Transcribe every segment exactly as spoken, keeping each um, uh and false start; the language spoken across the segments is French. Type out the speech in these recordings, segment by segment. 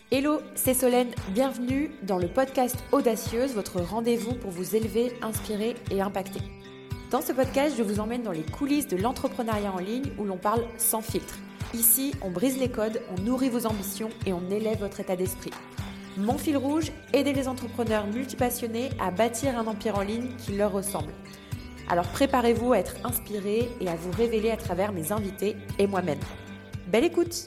Hello, c'est Solène, bienvenue dans le podcast Audacieuse, votre rendez-vous pour vous élever, inspirer et impacter. Dans ce podcast, je vous emmène dans les coulisses de l'entrepreneuriat en ligne où l'on parle sans filtre. Ici, on brise les codes, on nourrit vos ambitions et on élève votre état d'esprit. Mon fil rouge, aider les entrepreneurs multipassionnés à bâtir un empire en ligne qui leur ressemble. Alors préparez-vous à être inspirés et à vous révéler à travers mes invités et moi-même. Belle écoute!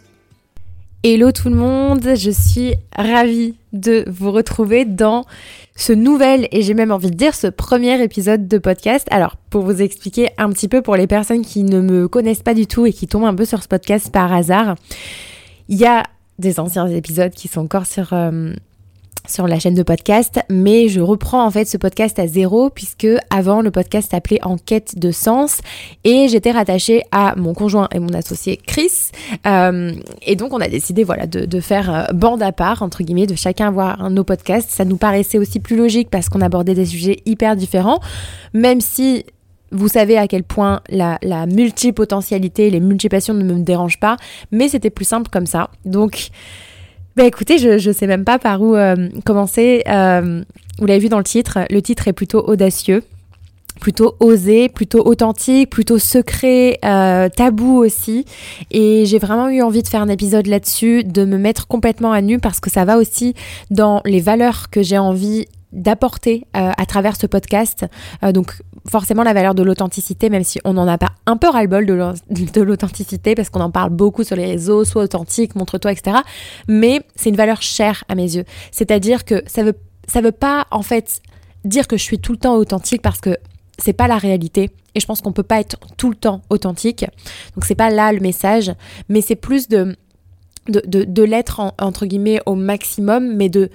Hello tout le monde, je suis ravie de vous retrouver dans ce nouvel, et j'ai même envie de dire ce premier épisode de podcast. Alors pour vous expliquer un petit peu pour les personnes qui ne me connaissent pas du tout et qui tombent un peu sur ce podcast par hasard, il y a des anciens épisodes qui sont encore sur... Euh, sur la chaîne de podcast, mais je reprends en fait ce podcast à zéro puisque avant le podcast s'appelait En quête de sens et j'étais rattachée à mon conjoint et mon associé Chris euh, et donc on a décidé voilà de, de faire bande à part entre guillemets, de chacun avoir un de nos podcasts. Ça nous paraissait aussi plus logique parce qu'on abordait des sujets hyper différents, même si vous savez à quel point la, la multipotentialité, les multipassions ne me dérangent pas, mais c'était plus simple comme ça. Donc bah écoutez, je je sais même pas par où euh, commencer. Euh, vous l'avez vu dans le titre, le titre est plutôt audacieux, plutôt osé, plutôt authentique, plutôt secret, euh, tabou aussi. Et j'ai vraiment eu envie de faire un épisode là-dessus, de me mettre complètement à nu parce que ça va aussi dans les valeurs que j'ai envie d'apporter euh, à travers ce podcast. Euh, donc forcément la valeur de l'authenticité, même si on en a pas un peu ras-le-bol de, de l'authenticité parce qu'on en parle beaucoup sur les réseaux, sois authentique, montre-toi, et cetera. Mais c'est une valeur chère à mes yeux. C'est-à-dire que ça veut, ça veut pas en fait dire que je suis tout le temps authentique parce que c'est pas la réalité. Et je pense qu'on peut pas être tout le temps authentique. Donc c'est pas là le message, mais c'est plus de, de, de, de l'être en, entre guillemets au maximum, mais de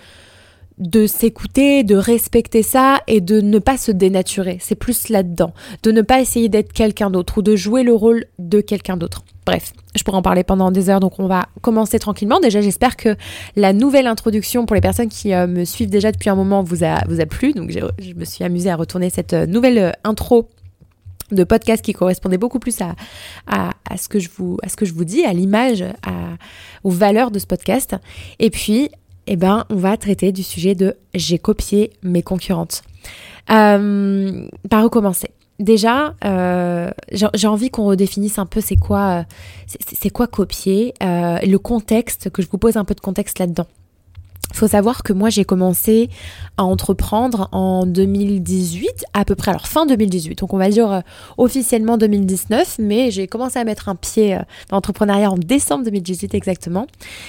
de s'écouter, de respecter ça et de ne pas se dénaturer. C'est plus là-dedans. De ne pas essayer d'être quelqu'un d'autre ou de jouer le rôle de quelqu'un d'autre. Bref, je pourrais en parler pendant des heures, donc on va commencer tranquillement. Déjà, j'espère que la nouvelle introduction pour les personnes qui euh, me suivent déjà depuis un moment vous a, vous a plu. Donc, j'ai, je me suis amusée à retourner cette euh, nouvelle euh, intro de podcast qui correspondait beaucoup plus à, à, à, ce que je vous, à ce que je vous dis, à l'image, à, aux valeurs de ce podcast. Et puis, eh ben, on va traiter du sujet de « j'ai copié mes concurrentes ». Euh, par où commencer ? Déjà, euh, j'ai, j'ai envie qu'on redéfinisse un peu c'est quoi, euh, c'est, c'est quoi copier, euh, le contexte, que je vous pose un peu de contexte là-dedans. Il faut savoir que moi, j'ai commencé à entreprendre en deux mille dix-huit, à peu près, alors fin deux mille dix-huit, donc on va dire euh, officiellement deux mille dix-neuf, mais j'ai commencé à mettre un pied euh, dans l'entrepreneuriat en décembre deux mille dix-huit exactement.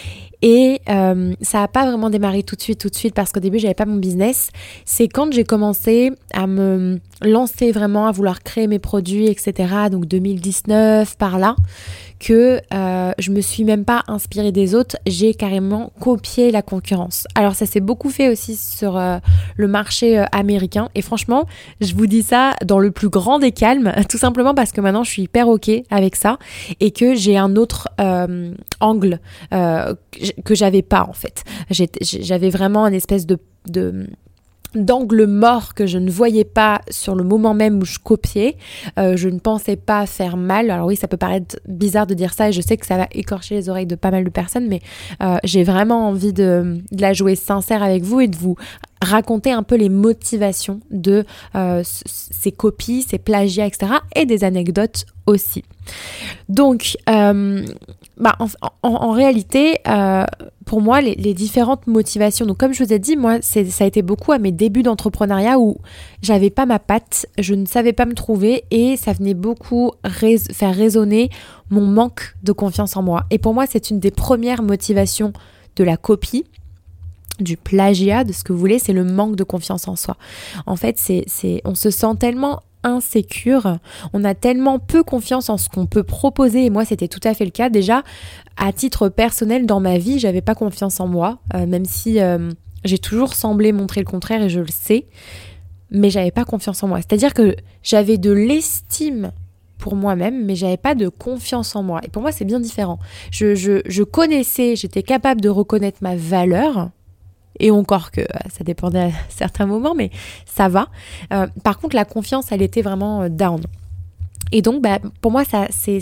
Et euh, ça n'a pas vraiment démarré tout de suite, tout de suite, parce qu'au début, j'avais pas mon business. C'est quand j'ai commencé à me lancer vraiment, à vouloir créer mes produits, et cetera, donc deux mille dix-neuf, par là, que euh, je me suis même pas inspirée des autres, j'ai carrément copié la concurrence. Alors ça s'est beaucoup fait aussi sur euh, le marché euh, américain, et franchement, je vous dis ça dans le plus grand des calmes, tout simplement parce que maintenant, je suis hyper ok avec ça, et que j'ai un autre euh, angle euh, que j'avais pas en fait. J'ai, j'avais vraiment une espèce de, de d'angle mort que je ne voyais pas sur le moment même où je copiais. Euh, je ne pensais pas faire mal. Alors oui, ça peut paraître bizarre de dire ça et je sais que ça va écorcher les oreilles de pas mal de personnes, mais euh, j'ai vraiment envie de, de la jouer sincère avec vous et de vous raconter un peu les motivations de euh, ces copies, ces plagiats, et cetera et des anecdotes aussi. Donc, euh, bah, en, en, en réalité, euh, pour moi, les, les différentes motivations, donc comme je vous ai dit, moi, c'est, ça a été beaucoup à mes débuts d'entrepreneuriat où j'avais pas ma patte, je ne savais pas me trouver et ça venait beaucoup rais- faire résonner mon manque de confiance en moi. Et pour moi, c'est une des premières motivations de la copie, du plagiat, de ce que vous voulez, c'est le manque de confiance en soi. En fait, c'est, c'est, on se sent tellement insécure, on a tellement peu confiance en ce qu'on peut proposer, et moi c'était tout à fait le cas. Déjà, à titre personnel dans ma vie, j'avais pas confiance en moi, euh, même si euh, j'ai toujours semblé montrer le contraire et je le sais, mais j'avais pas confiance en moi. C'est-à-dire que j'avais de l'estime pour moi-même, mais j'avais pas de confiance en moi. Et pour moi, c'est bien différent. Je, je, je connaissais, j'étais capable de reconnaître ma valeur, et encore que ça dépendait à certains moments, mais ça va. Euh, par contre, la confiance, elle était vraiment down. Et donc, bah, pour moi, ça, c'est,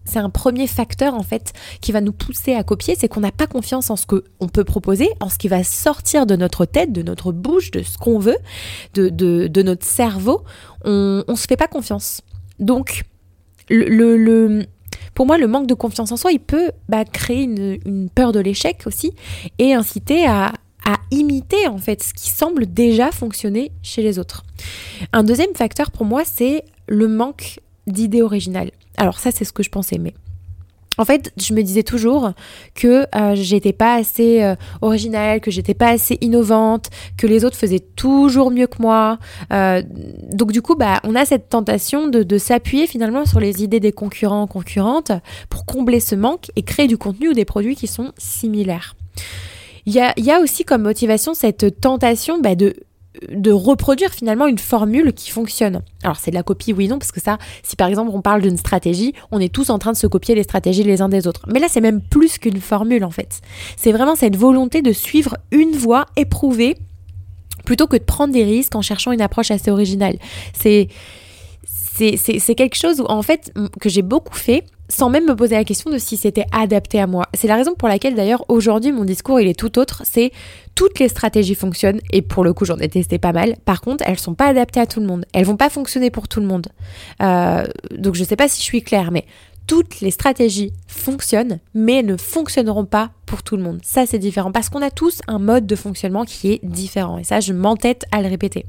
c'est un premier facteur en fait qui va nous pousser à copier, c'est qu'on n'a pas confiance en ce qu'on peut proposer, en ce qui va sortir de notre tête, de notre bouche, de ce qu'on veut, de, de, de notre cerveau. On ne se fait pas confiance. Donc, le, le, le, pour moi, le manque de confiance en soi, il peut bah, créer une, une peur de l'échec aussi et inciter à, à imiter en fait ce qui semble déjà fonctionner chez les autres. Un deuxième facteur pour moi, c'est le manque d'idées originales. Alors ça, c'est ce que je pensais, mais en fait, je me disais toujours que euh, j'étais pas assez euh, originale, que j'étais pas assez innovante, que les autres faisaient toujours mieux que moi. Euh, donc du coup, bah, on a cette tentation de, de s'appuyer finalement sur les idées des concurrents, concurrentes pour combler ce manque et créer du contenu ou des produits qui sont similaires. Il y a, il y a aussi comme motivation cette tentation bah, de de reproduire finalement une formule qui fonctionne. Alors c'est de la copie, oui, non, parce que ça, si par exemple on parle d'une stratégie, on est tous en train de se copier les stratégies les uns des autres. Mais là, c'est même plus qu'une formule en fait. C'est vraiment cette volonté de suivre une voie éprouvée plutôt que de prendre des risques en cherchant une approche assez originale. C'est, c'est, c'est, c'est quelque chose où, en fait, que j'ai beaucoup fait sans même me poser la question de si c'était adapté à moi. C'est la raison pour laquelle d'ailleurs aujourd'hui mon discours il est tout autre, c'est toutes les stratégies fonctionnent et pour le coup j'en ai testé pas mal, par contre elles sont pas adaptées à tout le monde, elles vont pas fonctionner pour tout le monde. Euh, donc je sais pas si je suis claire mais toutes les stratégies fonctionnent mais ne fonctionneront pas pour tout le monde. Ça c'est différent parce qu'on a tous un mode de fonctionnement qui est différent et ça je m'entête à le répéter.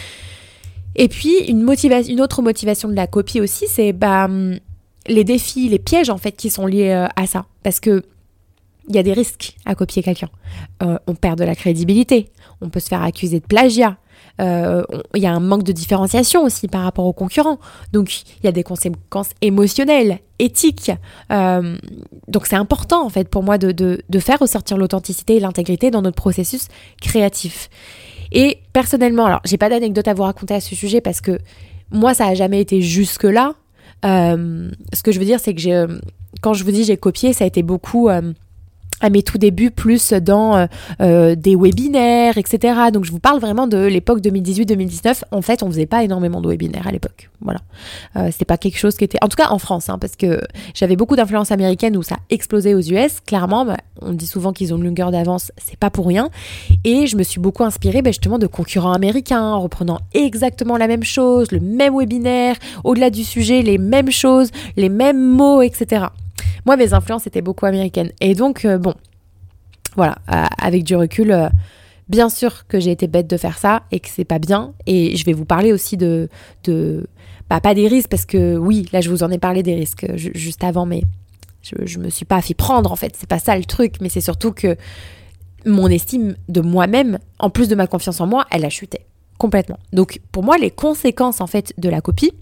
Et puis une, motiva- une autre motivation de la copie aussi c'est bah les défis, les pièges en fait qui sont liés euh, à ça. Parce que il y a des risques à copier quelqu'un. Euh, on perd de la crédibilité, on peut se faire accuser de plagiat, euh, il y a un manque de différenciation aussi par rapport aux concurrents. Donc il y a des conséquences émotionnelles, éthiques. Euh, donc c'est important en fait pour moi de, de, de faire ressortir l'authenticité et l'intégrité dans notre processus créatif. Et personnellement, alors j'ai pas d'anecdote à vous raconter à ce sujet parce que moi ça a jamais été jusque-là. Euh, ce que je veux dire, c'est que j'ai, quand je vous dis j'ai copié, ça a été beaucoup euh, à mes tout débuts, plus dans euh, euh, des webinaires, et cetera. Donc je vous parle vraiment de l'époque deux mille dix-huit deux mille dix-neuf. En fait, on faisait pas énormément de webinaires à l'époque. Voilà, euh, c'était pas quelque chose qui était, en tout cas en France, hein, parce que j'avais beaucoup d'influence américaine où ça explosait aux U S. Clairement, bah, on dit souvent qu'ils ont une longueur d'avance, c'est pas pour rien. Et je me suis beaucoup inspirée bah, justement de concurrents américains, en reprenant exactement la même chose, le même webinaire, au-delà du sujet, les mêmes choses, les mêmes mots, et cetera. Moi, mes influences étaient beaucoup américaines. Et donc, euh, bon, voilà, euh, avec du recul, euh, bien sûr que j'ai été bête de faire ça et que c'est pas bien. Et je vais vous parler aussi de... de bah, pas des risques, parce que oui, là, je vous en ai parlé des risques euh, juste avant, mais je, je me suis pas fait prendre, en fait. C'est pas ça le truc, mais c'est surtout que mon estime de moi-même, en plus de ma confiance en moi, elle a chuté complètement. Donc, pour moi, les conséquences, en fait, de la copie,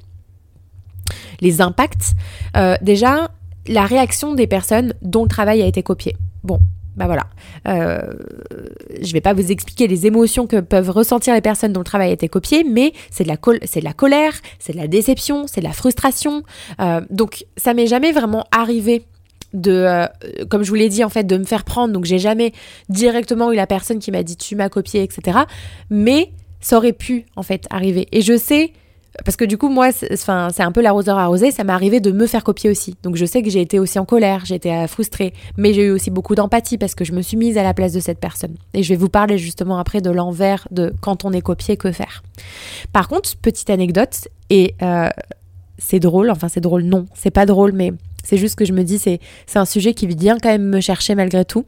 les impacts, euh, déjà... la réaction des personnes dont le travail a été copié. Bon, bah voilà. Euh, je vais pas vous expliquer les émotions que peuvent ressentir les personnes dont le travail a été copié, mais c'est de la, col- c'est de la colère, c'est de la déception, c'est de la frustration. Euh, donc, ça m'est jamais vraiment arrivé de, euh, comme je vous l'ai dit, en fait, de me faire prendre. Donc, j'ai jamais directement eu la personne qui m'a dit « tu m'as copié », et cetera. Mais ça aurait pu, en fait, arriver. Et je sais... Parce que du coup, moi, c'est, enfin, c'est un peu l'arroseur arrosé, ça m'est arrivé de me faire copier aussi. Donc je sais que j'ai été aussi en colère, j'ai été frustrée, mais j'ai eu aussi beaucoup d'empathie parce que je me suis mise à la place de cette personne. Et je vais vous parler justement après de l'envers de quand on est copié, que faire. Par contre, petite anecdote, et euh, c'est drôle, enfin c'est drôle, non, c'est pas drôle, mais c'est juste que je me dis, c'est, c'est un sujet qui vient quand même me chercher malgré tout.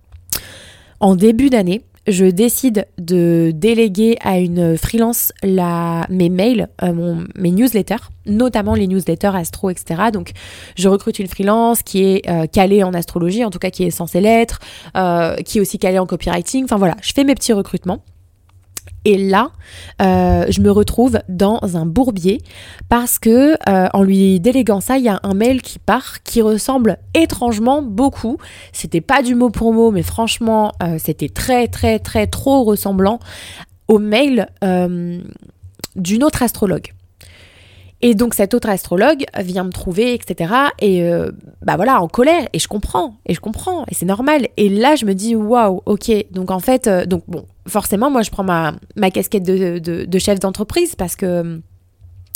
En début d'année, je décide de déléguer à une freelance la, mes mails, euh, mon, mes newsletters, notamment les newsletters astro, et cetera. Donc, je recrute une freelance qui est euh, calée en astrologie, en tout cas qui est censée l'être, euh, qui est aussi calée en copywriting. Enfin voilà, je fais mes petits recrutements. Et là, euh, je me retrouve dans un bourbier parce que euh, en lui déléguant ça, il y a un mail qui part qui ressemble étrangement beaucoup. C'était pas du mot pour mot, mais franchement, euh, c'était très très très trop ressemblant au mail euh, d'une autre astrologue. Et donc cet autre astrologue vient me trouver, et cetera. Et euh, bah voilà, en colère. Et je comprends, et je comprends, et c'est normal. Et là, je me dis waouh, ok. Donc en fait, euh, donc bon, forcément, moi, je prends ma ma casquette de de, de chef d'entreprise parce que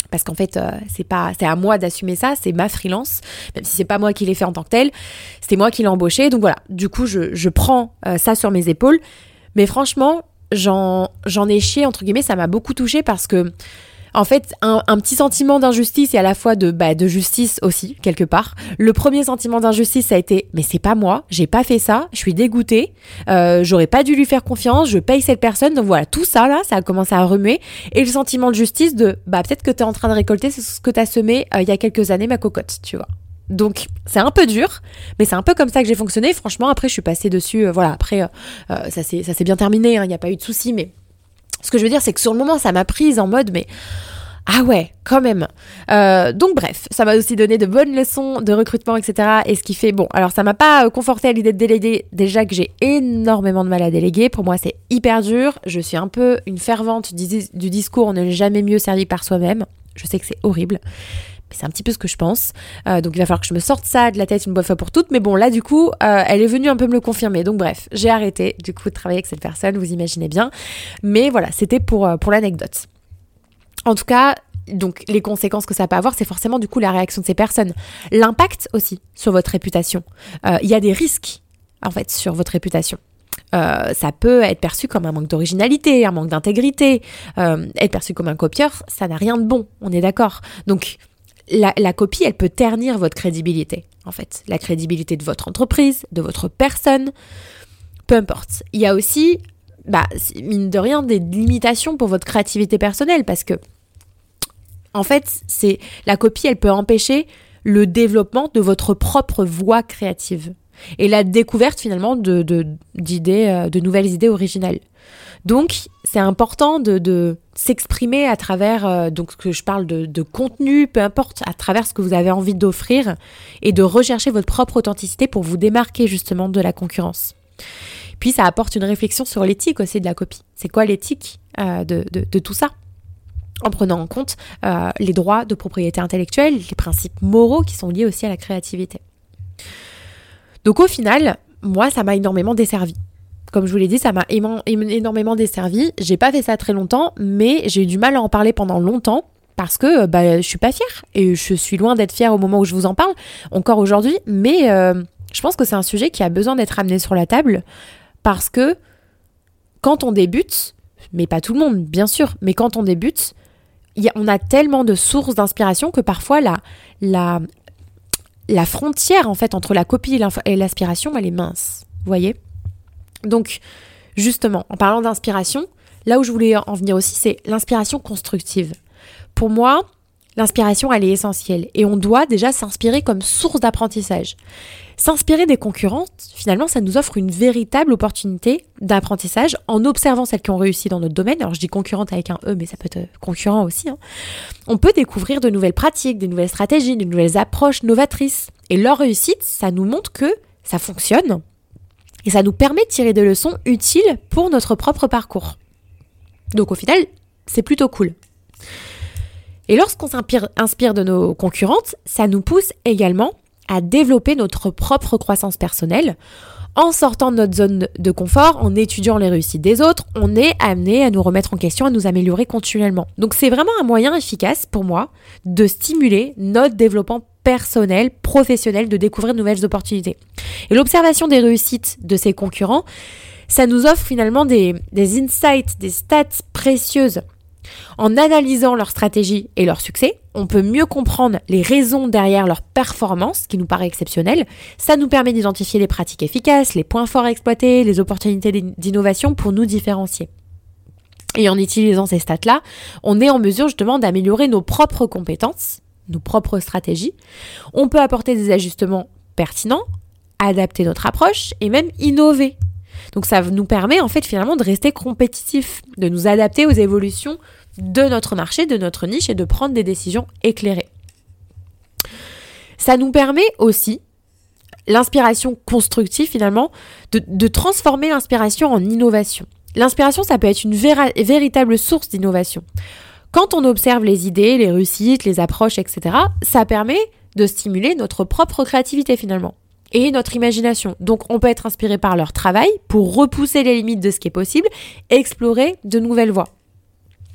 Parce qu'en fait, euh, c'est pas, c'est à moi d'assumer ça, c'est ma freelance, même si c'est pas moi qui l'ai fait en tant que tel, c'est moi qui l'ai embauché. Donc voilà, du coup, je, je prends euh, ça sur mes épaules. Mais franchement, j'en, j'en ai chié, entre guillemets, ça m'a beaucoup touchée parce que, en fait, un, un petit sentiment d'injustice et à la fois de, bah, de justice aussi, quelque part. Le premier sentiment d'injustice, ça a été, mais c'est pas moi, j'ai pas fait ça, je suis dégoûtée, euh, j'aurais pas dû lui faire confiance, je paye cette personne. Donc voilà, tout ça, là, ça a commencé à remuer. Et le sentiment de justice de, bah, peut-être que t'es en train de récolter ce que t'as semé euh, il y a quelques années, ma cocotte, tu vois. Donc, c'est un peu dur, mais c'est un peu comme ça que j'ai fonctionné. Franchement, après, je suis passée dessus, euh, voilà, après, euh, euh, ça s'est, ça s'est bien terminé, il hein, n'y a pas eu de soucis, mais ce que je veux dire, c'est que sur le moment, ça m'a prise en mode, mais ah ouais, quand même. Euh, donc bref, ça m'a aussi donné de bonnes leçons de recrutement, et cetera. Et ce qui fait, bon, alors ça m'a pas conforté à l'idée de déléguer, déjà que j'ai énormément de mal à déléguer. Pour moi, c'est hyper dur. Je suis un peu une fervente du, du discours « on n'est jamais mieux servi par soi-même ». Je sais que c'est horrible, mais c'est un petit peu ce que je pense. Euh, donc il va falloir que je me sorte ça de la tête une bonne fois pour toutes. Mais bon, là du coup, euh, elle est venue un peu me le confirmer. Donc bref, j'ai arrêté du coup de travailler avec cette personne, vous imaginez bien. Mais voilà, c'était pour, pour l'anecdote. En tout cas, donc les conséquences que ça peut avoir, c'est forcément du coup la réaction de ces personnes. L'impact aussi sur votre réputation. Euh, il y a des risques en fait sur votre réputation. Euh, ça peut être perçu comme un manque d'originalité, un manque d'intégrité, euh, être perçu comme un copieur, ça n'a rien de bon, on est d'accord. Donc la, la copie, elle peut ternir votre crédibilité, en fait. La crédibilité de votre entreprise, de votre personne, peu importe. Il y a aussi, bah, mine de rien, des limitations pour votre créativité personnelle, parce que en fait, c'est la copie, elle peut empêcher le développement de votre propre voix créative et la découverte finalement de, de, d'idées, de nouvelles idées originales. Donc, c'est important de, de s'exprimer à travers, euh, donc que je parle de, de contenu, peu importe, à travers ce que vous avez envie d'offrir et de rechercher votre propre authenticité pour vous démarquer justement de la concurrence. Puis, ça apporte une réflexion sur l'éthique aussi de la copie. C'est quoi l'éthique euh, de, de, de tout ça ? En prenant en compte euh, les droits de propriété intellectuelle, les principes moraux qui sont liés aussi à la créativité. Donc au final, moi, ça m'a énormément desservi. Comme je vous l'ai dit, ça m'a éman- énormément desservi. J'ai pas fait ça très longtemps, mais j'ai eu du mal à en parler pendant longtemps parce que bah, je suis pas fière et je suis loin d'être fière au moment où je vous en parle, encore aujourd'hui. Mais euh, je pense que c'est un sujet qui a besoin d'être amené sur la table parce que quand on débute, mais pas tout le monde, bien sûr, mais quand on débute, y a, on a tellement de sources d'inspiration que parfois la, la, la frontière en fait entre la copie et l'inspiration, elle est mince, vous voyez ? Donc, justement, en parlant d'inspiration, là où je voulais en venir aussi, c'est l'inspiration constructive. Pour moi, l'inspiration, elle est essentielle et on doit déjà s'inspirer comme source d'apprentissage. S'inspirer des concurrentes, finalement, ça nous offre une véritable opportunité d'apprentissage en observant celles qui ont réussi dans notre domaine. Alors, je dis concurrente avec un E, mais ça peut être concurrent aussi. Hein. On peut découvrir de nouvelles pratiques, des nouvelles stratégies, de nouvelles approches novatrices. Et leur réussite, ça nous montre que ça fonctionne et ça nous permet de tirer des leçons utiles pour notre propre parcours. Donc, au final, c'est plutôt cool. Et lorsqu'on s'inspire inspire de nos concurrentes, ça nous pousse également à développer notre propre croissance personnelle. En sortant de notre zone de confort, en étudiant les réussites des autres, on est amené à nous remettre en question, à nous améliorer continuellement. Donc c'est vraiment un moyen efficace pour moi de stimuler notre développement personnel, professionnel, de découvrir de nouvelles opportunités. Et l'observation des réussites de ses concurrents, ça nous offre finalement des, des insights, des stats précieuses. En analysant leurs stratégies et leurs succès, on peut mieux comprendre les raisons derrière leur performance, qui nous paraît exceptionnelle. Ça nous permet d'identifier les pratiques efficaces, les points forts à exploiter, les opportunités d'innovation pour nous différencier. Et en utilisant ces stats-là, on est en mesure justement d'améliorer nos propres compétences, nos propres stratégies. On peut apporter des ajustements pertinents, adapter notre approche et même innover. Donc ça nous permet en fait finalement de rester compétitifs, de nous adapter aux évolutions de notre marché, de notre niche et de prendre des décisions éclairées. Ça nous permet aussi, l'inspiration constructive finalement, de, de transformer l'inspiration en innovation. L'inspiration, ça peut être une véra- véritable source d'innovation. Quand on observe les idées, les réussites, les approches, et cetera, ça permet de stimuler notre propre créativité finalement. Et notre imagination. Donc on peut être inspiré par leur travail pour repousser les limites de ce qui est possible et explorer de nouvelles voies.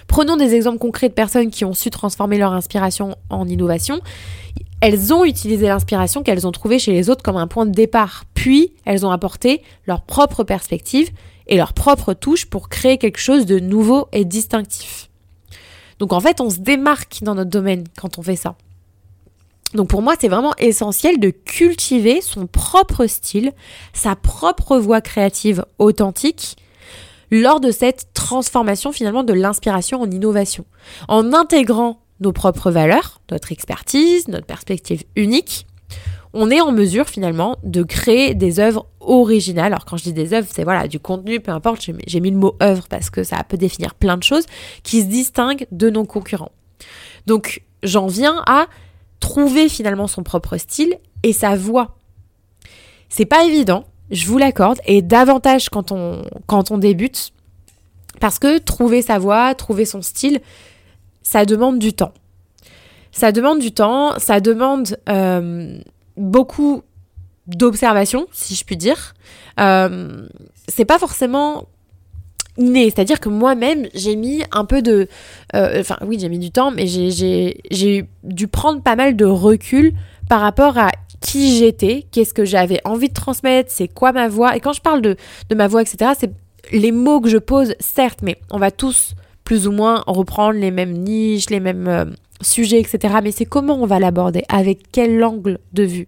Prenons des exemples concrets de personnes qui ont su transformer leur inspiration en innovation. Elles ont utilisé l'inspiration qu'elles ont trouvée chez les autres comme un point de départ. Puis, elles ont apporté leur propre perspective et leur propre touche pour créer quelque chose de nouveau et distinctif. Donc en fait, on se démarque dans notre domaine quand on fait ça. Donc pour moi, c'est vraiment essentiel de cultiver son propre style, sa propre voix créative authentique lors de cette transformation finalement de l'inspiration en innovation. En intégrant nos propres valeurs, notre expertise, notre perspective unique, on est en mesure finalement de créer des œuvres originales. Alors quand je dis des œuvres, c'est voilà, du contenu, peu importe, j'ai, j'ai mis le mot œuvre parce que ça peut définir plein de choses qui se distinguent de nos concurrents. Donc j'en viens à trouver finalement son propre style et sa voix. C'est pas évident, je vous l'accorde, et davantage quand on, quand on débute, parce que trouver sa voix, trouver son style, ça demande du temps. Ça demande du temps, ça demande euh, beaucoup d'observation, si je puis dire. Euh, c'est pas forcément inné, c'est-à-dire que moi-même, j'ai mis un peu de... Euh, enfin, oui, j'ai mis du temps, mais j'ai, j'ai, j'ai dû prendre pas mal de recul par rapport à qui j'étais, qu'est-ce que j'avais envie de transmettre, c'est quoi ma voix. Et quand je parle de, de ma voix, et cetera, c'est les mots que je pose, certes, mais on va tous plus ou moins reprendre les mêmes niches, les mêmes euh, sujets, et cetera. Mais c'est comment on va l'aborder, avec quel angle de vue.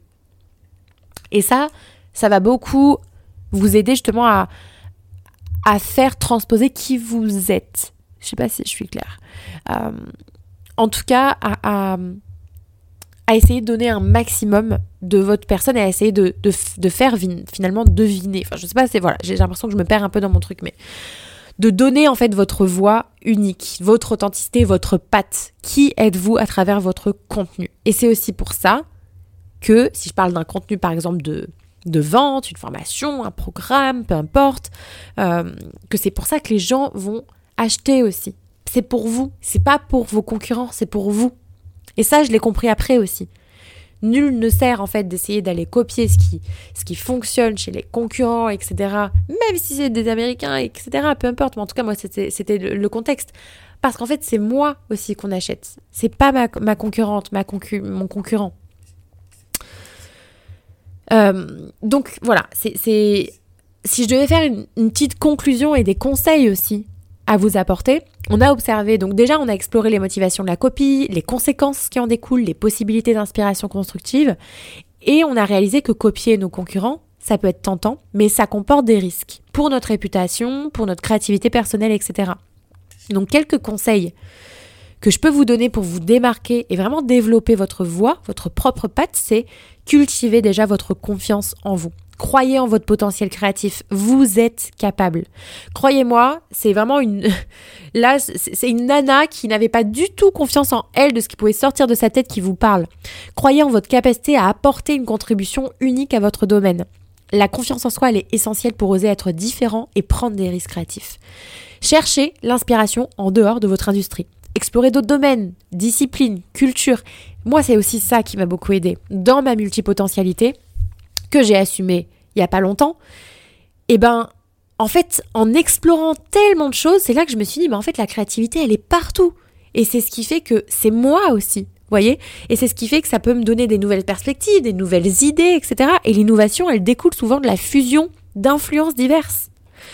Et ça, ça va beaucoup vous aider justement à, à faire transposer qui vous êtes. Je sais pas si je suis claire. Euh, en tout cas, à, à, à essayer de donner un maximum de votre personne et à essayer de, de, de faire vin, finalement deviner. Enfin, je sais pas, c'est voilà, j'ai l'impression que je me perds un peu dans mon truc, mais de donner en fait votre voix unique, votre authenticité, votre patte. Qui êtes-vous à travers votre contenu? Et c'est aussi pour ça que, si je parle d'un contenu par exemple de, de vente, une formation, un programme, peu importe, euh, que c'est pour ça que les gens vont acheter aussi. C'est pour vous, c'est pas pour vos concurrents, c'est pour vous. Et ça, je l'ai compris après aussi. Nul ne sert en fait d'essayer d'aller copier ce qui, ce qui fonctionne chez les concurrents, et cetera. Même si c'est des Américains, et cetera. Peu importe, mais en tout cas, moi, c'était, c'était le, le contexte. Parce qu'en fait, c'est moi aussi qu'on achète. C'est pas ma, ma concurrente, ma concu- mon concurrent. Euh, donc voilà, c'est, c'est... si je devais faire une, une petite conclusion et des conseils aussi à vous apporter, on a observé, donc déjà on a exploré les motivations de la copie, les conséquences qui en découlent, les possibilités d'inspiration constructive, et on a réalisé que copier nos concurrents, ça peut être tentant, mais ça comporte des risques pour notre réputation, pour notre créativité personnelle, et cetera. Donc quelques conseils que je peux vous donner pour vous démarquer et vraiment développer votre voix, votre propre patte, c'est cultiver déjà votre confiance en vous. Croyez en votre potentiel créatif, vous êtes capable. Croyez-moi, c'est vraiment une... Là, c'est une nana qui n'avait pas du tout confiance en elle, de ce qui pouvait sortir de sa tête qui vous parle. Croyez en votre capacité à apporter une contribution unique à votre domaine. La confiance en soi, elle est essentielle pour oser être différent et prendre des risques créatifs. Cherchez l'inspiration en dehors de votre industrie. Explorez d'autres domaines, disciplines, cultures. Moi, c'est aussi ça qui m'a beaucoup aidé dans ma multipotentialité, que j'ai assumé il y a pas longtemps. Et ben, en fait, en explorant tellement de choses, c'est là que je me suis dit, mais en fait, la créativité, elle est partout. Et c'est ce qui fait que c'est moi aussi, vous voyez ? Et c'est ce qui fait que ça peut me donner des nouvelles perspectives, des nouvelles idées, et cetera. Et l'innovation, elle découle souvent de la fusion d'influences diverses.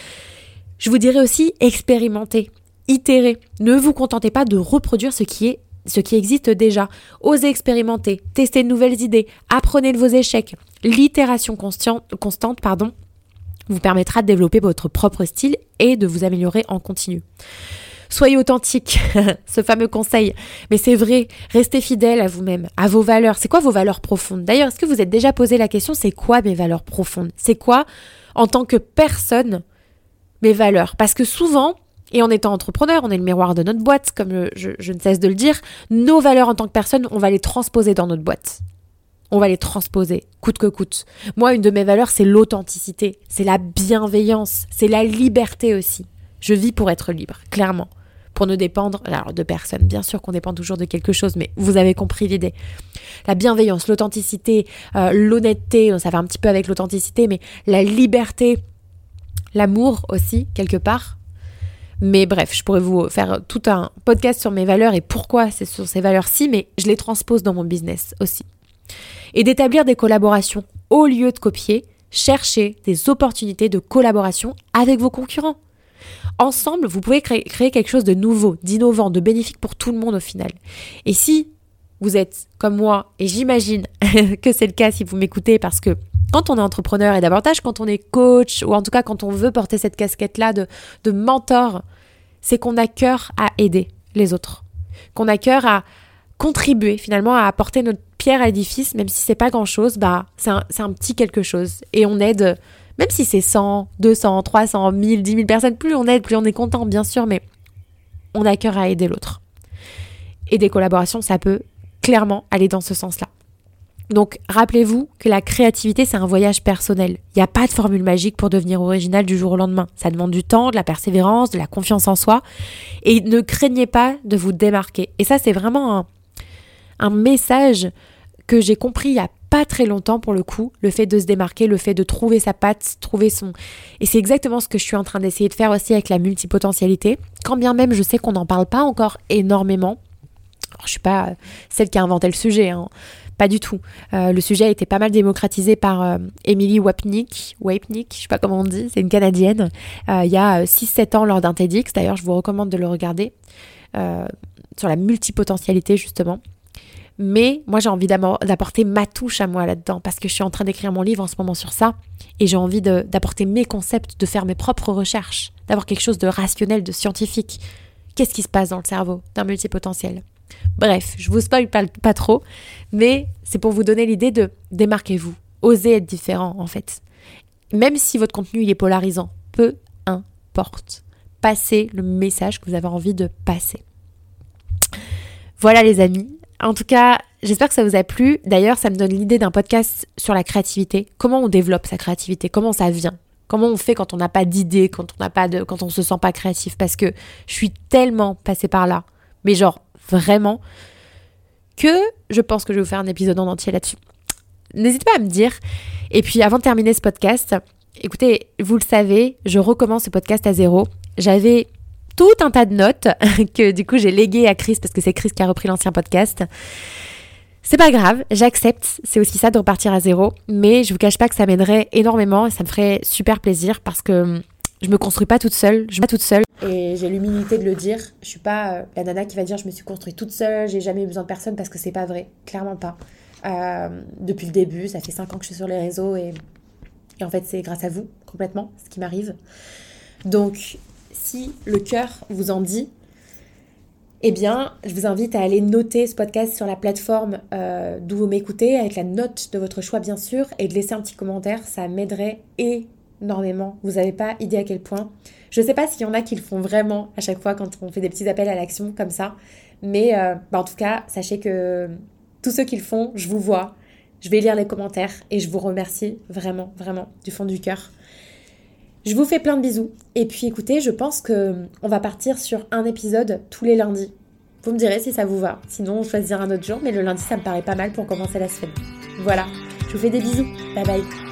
Je vous dirais aussi, expérimentez, itérez. Ne vous contentez pas de reproduire ce qui est ce qui existe déjà. Osez expérimenter, testez de nouvelles idées, apprenez de vos échecs. L'itération constante, constante pardon, vous permettra de développer votre propre style et de vous améliorer en continu. Soyez authentique, ce fameux conseil. Mais c'est vrai, restez fidèle à vous-même, à vos valeurs. C'est quoi vos valeurs profondes ? D'ailleurs, est-ce que vous êtes déjà posé la question, c'est quoi mes valeurs profondes ? C'est quoi, en tant que personne, mes valeurs ? Parce que souvent, et en étant entrepreneur, on est le miroir de notre boîte, comme je, je ne cesse de le dire. Nos valeurs en tant que personne, on va les transposer dans notre boîte. On va les transposer, coûte que coûte. Moi, une de mes valeurs, c'est l'authenticité, c'est la bienveillance, c'est la liberté aussi. Je vis pour être libre, clairement. Pour ne dépendre, alors de personne, bien sûr qu'on dépend toujours de quelque chose, mais vous avez compris l'idée. La bienveillance, l'authenticité, euh, l'honnêteté, ça va un petit peu avec l'authenticité, mais la liberté, l'amour aussi, quelque part. Mais bref, je pourrais vous faire tout un podcast sur mes valeurs et pourquoi c'est sur ces valeurs-ci, mais je les transpose dans mon business aussi. Et d'établir des collaborations au lieu de copier, cherchez des opportunités de collaboration avec vos concurrents. Ensemble, vous pouvez créer, créer quelque chose de nouveau, d'innovant, de bénéfique pour tout le monde au final. Et si vous êtes comme moi, et j'imagine que c'est le cas si vous m'écoutez, parce que quand on est entrepreneur et davantage quand on est coach, ou en tout cas quand on veut porter cette casquette-là de, de mentor, c'est qu'on a cœur à aider les autres, qu'on a cœur à contribuer finalement à apporter notre pierre à l'édifice, même si c'est pas grand-chose, bah c'est un, c'est un petit quelque chose. Et on aide, même si c'est cent, deux cents, trois cents, mille, dix mille personnes, plus on aide, plus on est content, bien sûr, mais on a cœur à aider l'autre. Et des collaborations, ça peut clairement aller dans ce sens-là. Donc, rappelez-vous que la créativité, c'est un voyage personnel. Il n'y a pas de formule magique pour devenir original du jour au lendemain. Ça demande du temps, de la persévérance, de la confiance en soi. Et ne craignez pas de vous démarquer. Et ça, c'est vraiment un, un message que j'ai compris il n'y a pas très longtemps pour le coup. Le fait de se démarquer, le fait de trouver sa patte, trouver son... Et c'est exactement ce que je suis en train d'essayer de faire aussi avec la multipotentialité. Quand bien même, je sais qu'on n'en parle pas encore énormément. Alors, je ne suis pas celle qui a inventé le sujet, hein. Pas du tout. Euh, le sujet a été pas mal démocratisé par euh, Emily Wapnick, Wapnick, je sais pas comment on dit, c'est une Canadienne, euh, il y a six sept ans lors d'un TEDx. D'ailleurs, je vous recommande de le regarder, euh, sur la multipotentialité justement. Mais moi, j'ai envie d'apporter ma touche à moi là-dedans, parce que je suis en train d'écrire mon livre en ce moment sur ça, et j'ai envie de, d'apporter mes concepts, de faire mes propres recherches, d'avoir quelque chose de rationnel, de scientifique. Qu'est-ce qui se passe dans le cerveau d'un multipotentiel ? Bref, je vous spoil pas, pas trop, mais c'est pour vous donner l'idée de démarquez-vous, osez être différent en fait. Même si votre contenu il est polarisant, peu importe. Passez le message que vous avez envie de passer. Voilà les amis, en tout cas, j'espère que ça vous a plu. D'ailleurs, ça me donne l'idée d'un podcast sur la créativité. Comment on développe sa créativité, comment ça vient ? Comment on fait quand on n'a pas d'idée, quand on n'a pas de, quand on se sent pas créatif ? Parce que je suis tellement passée par là, mais genre vraiment, que je pense que je vais vous faire un épisode en entier là-dessus. N'hésitez pas à me dire. Et puis avant de terminer ce podcast, écoutez, vous le savez, je recommence ce podcast à zéro. J'avais tout un tas de notes que du coup j'ai léguées à Chris, parce que c'est Chris qui a repris l'ancien podcast. C'est pas grave, j'accepte, c'est aussi ça de repartir à zéro, mais je vous cache pas que ça m'aiderait énormément et ça me ferait super plaisir, parce que je me construis pas toute seule, je suis pas toute seule. Et j'ai l'humilité de le dire, je suis pas euh, la nana qui va dire je me suis construite toute seule, j'ai jamais eu besoin de personne, parce que c'est pas vrai, clairement pas. Euh, depuis le début, ça fait cinq ans que je suis sur les réseaux et, et en fait c'est grâce à vous, complètement, ce qui m'arrive. Donc si le cœur vous en dit, eh bien, je vous invite à aller noter ce podcast sur la plateforme euh, d'où vous m'écoutez, avec la note de votre choix bien sûr, et de laisser un petit commentaire, ça m'aiderait énormément. Vous n'avez pas idée à quel point. Je ne sais pas s'il y en a qui le font vraiment à chaque fois quand on fait des petits appels à l'action comme ça, mais euh, bah en tout cas, sachez que tous ceux qui le font, je vous vois, je vais lire les commentaires et je vous remercie vraiment, vraiment du fond du cœur. Je vous fais plein de bisous. Et puis écoutez, je pense qu'on va partir sur un épisode tous les lundis. Vous me direz si ça vous va. Sinon, on choisira un autre jour. Mais le lundi, ça me paraît pas mal pour commencer la semaine. Voilà. Je vous fais des bisous. Bye bye.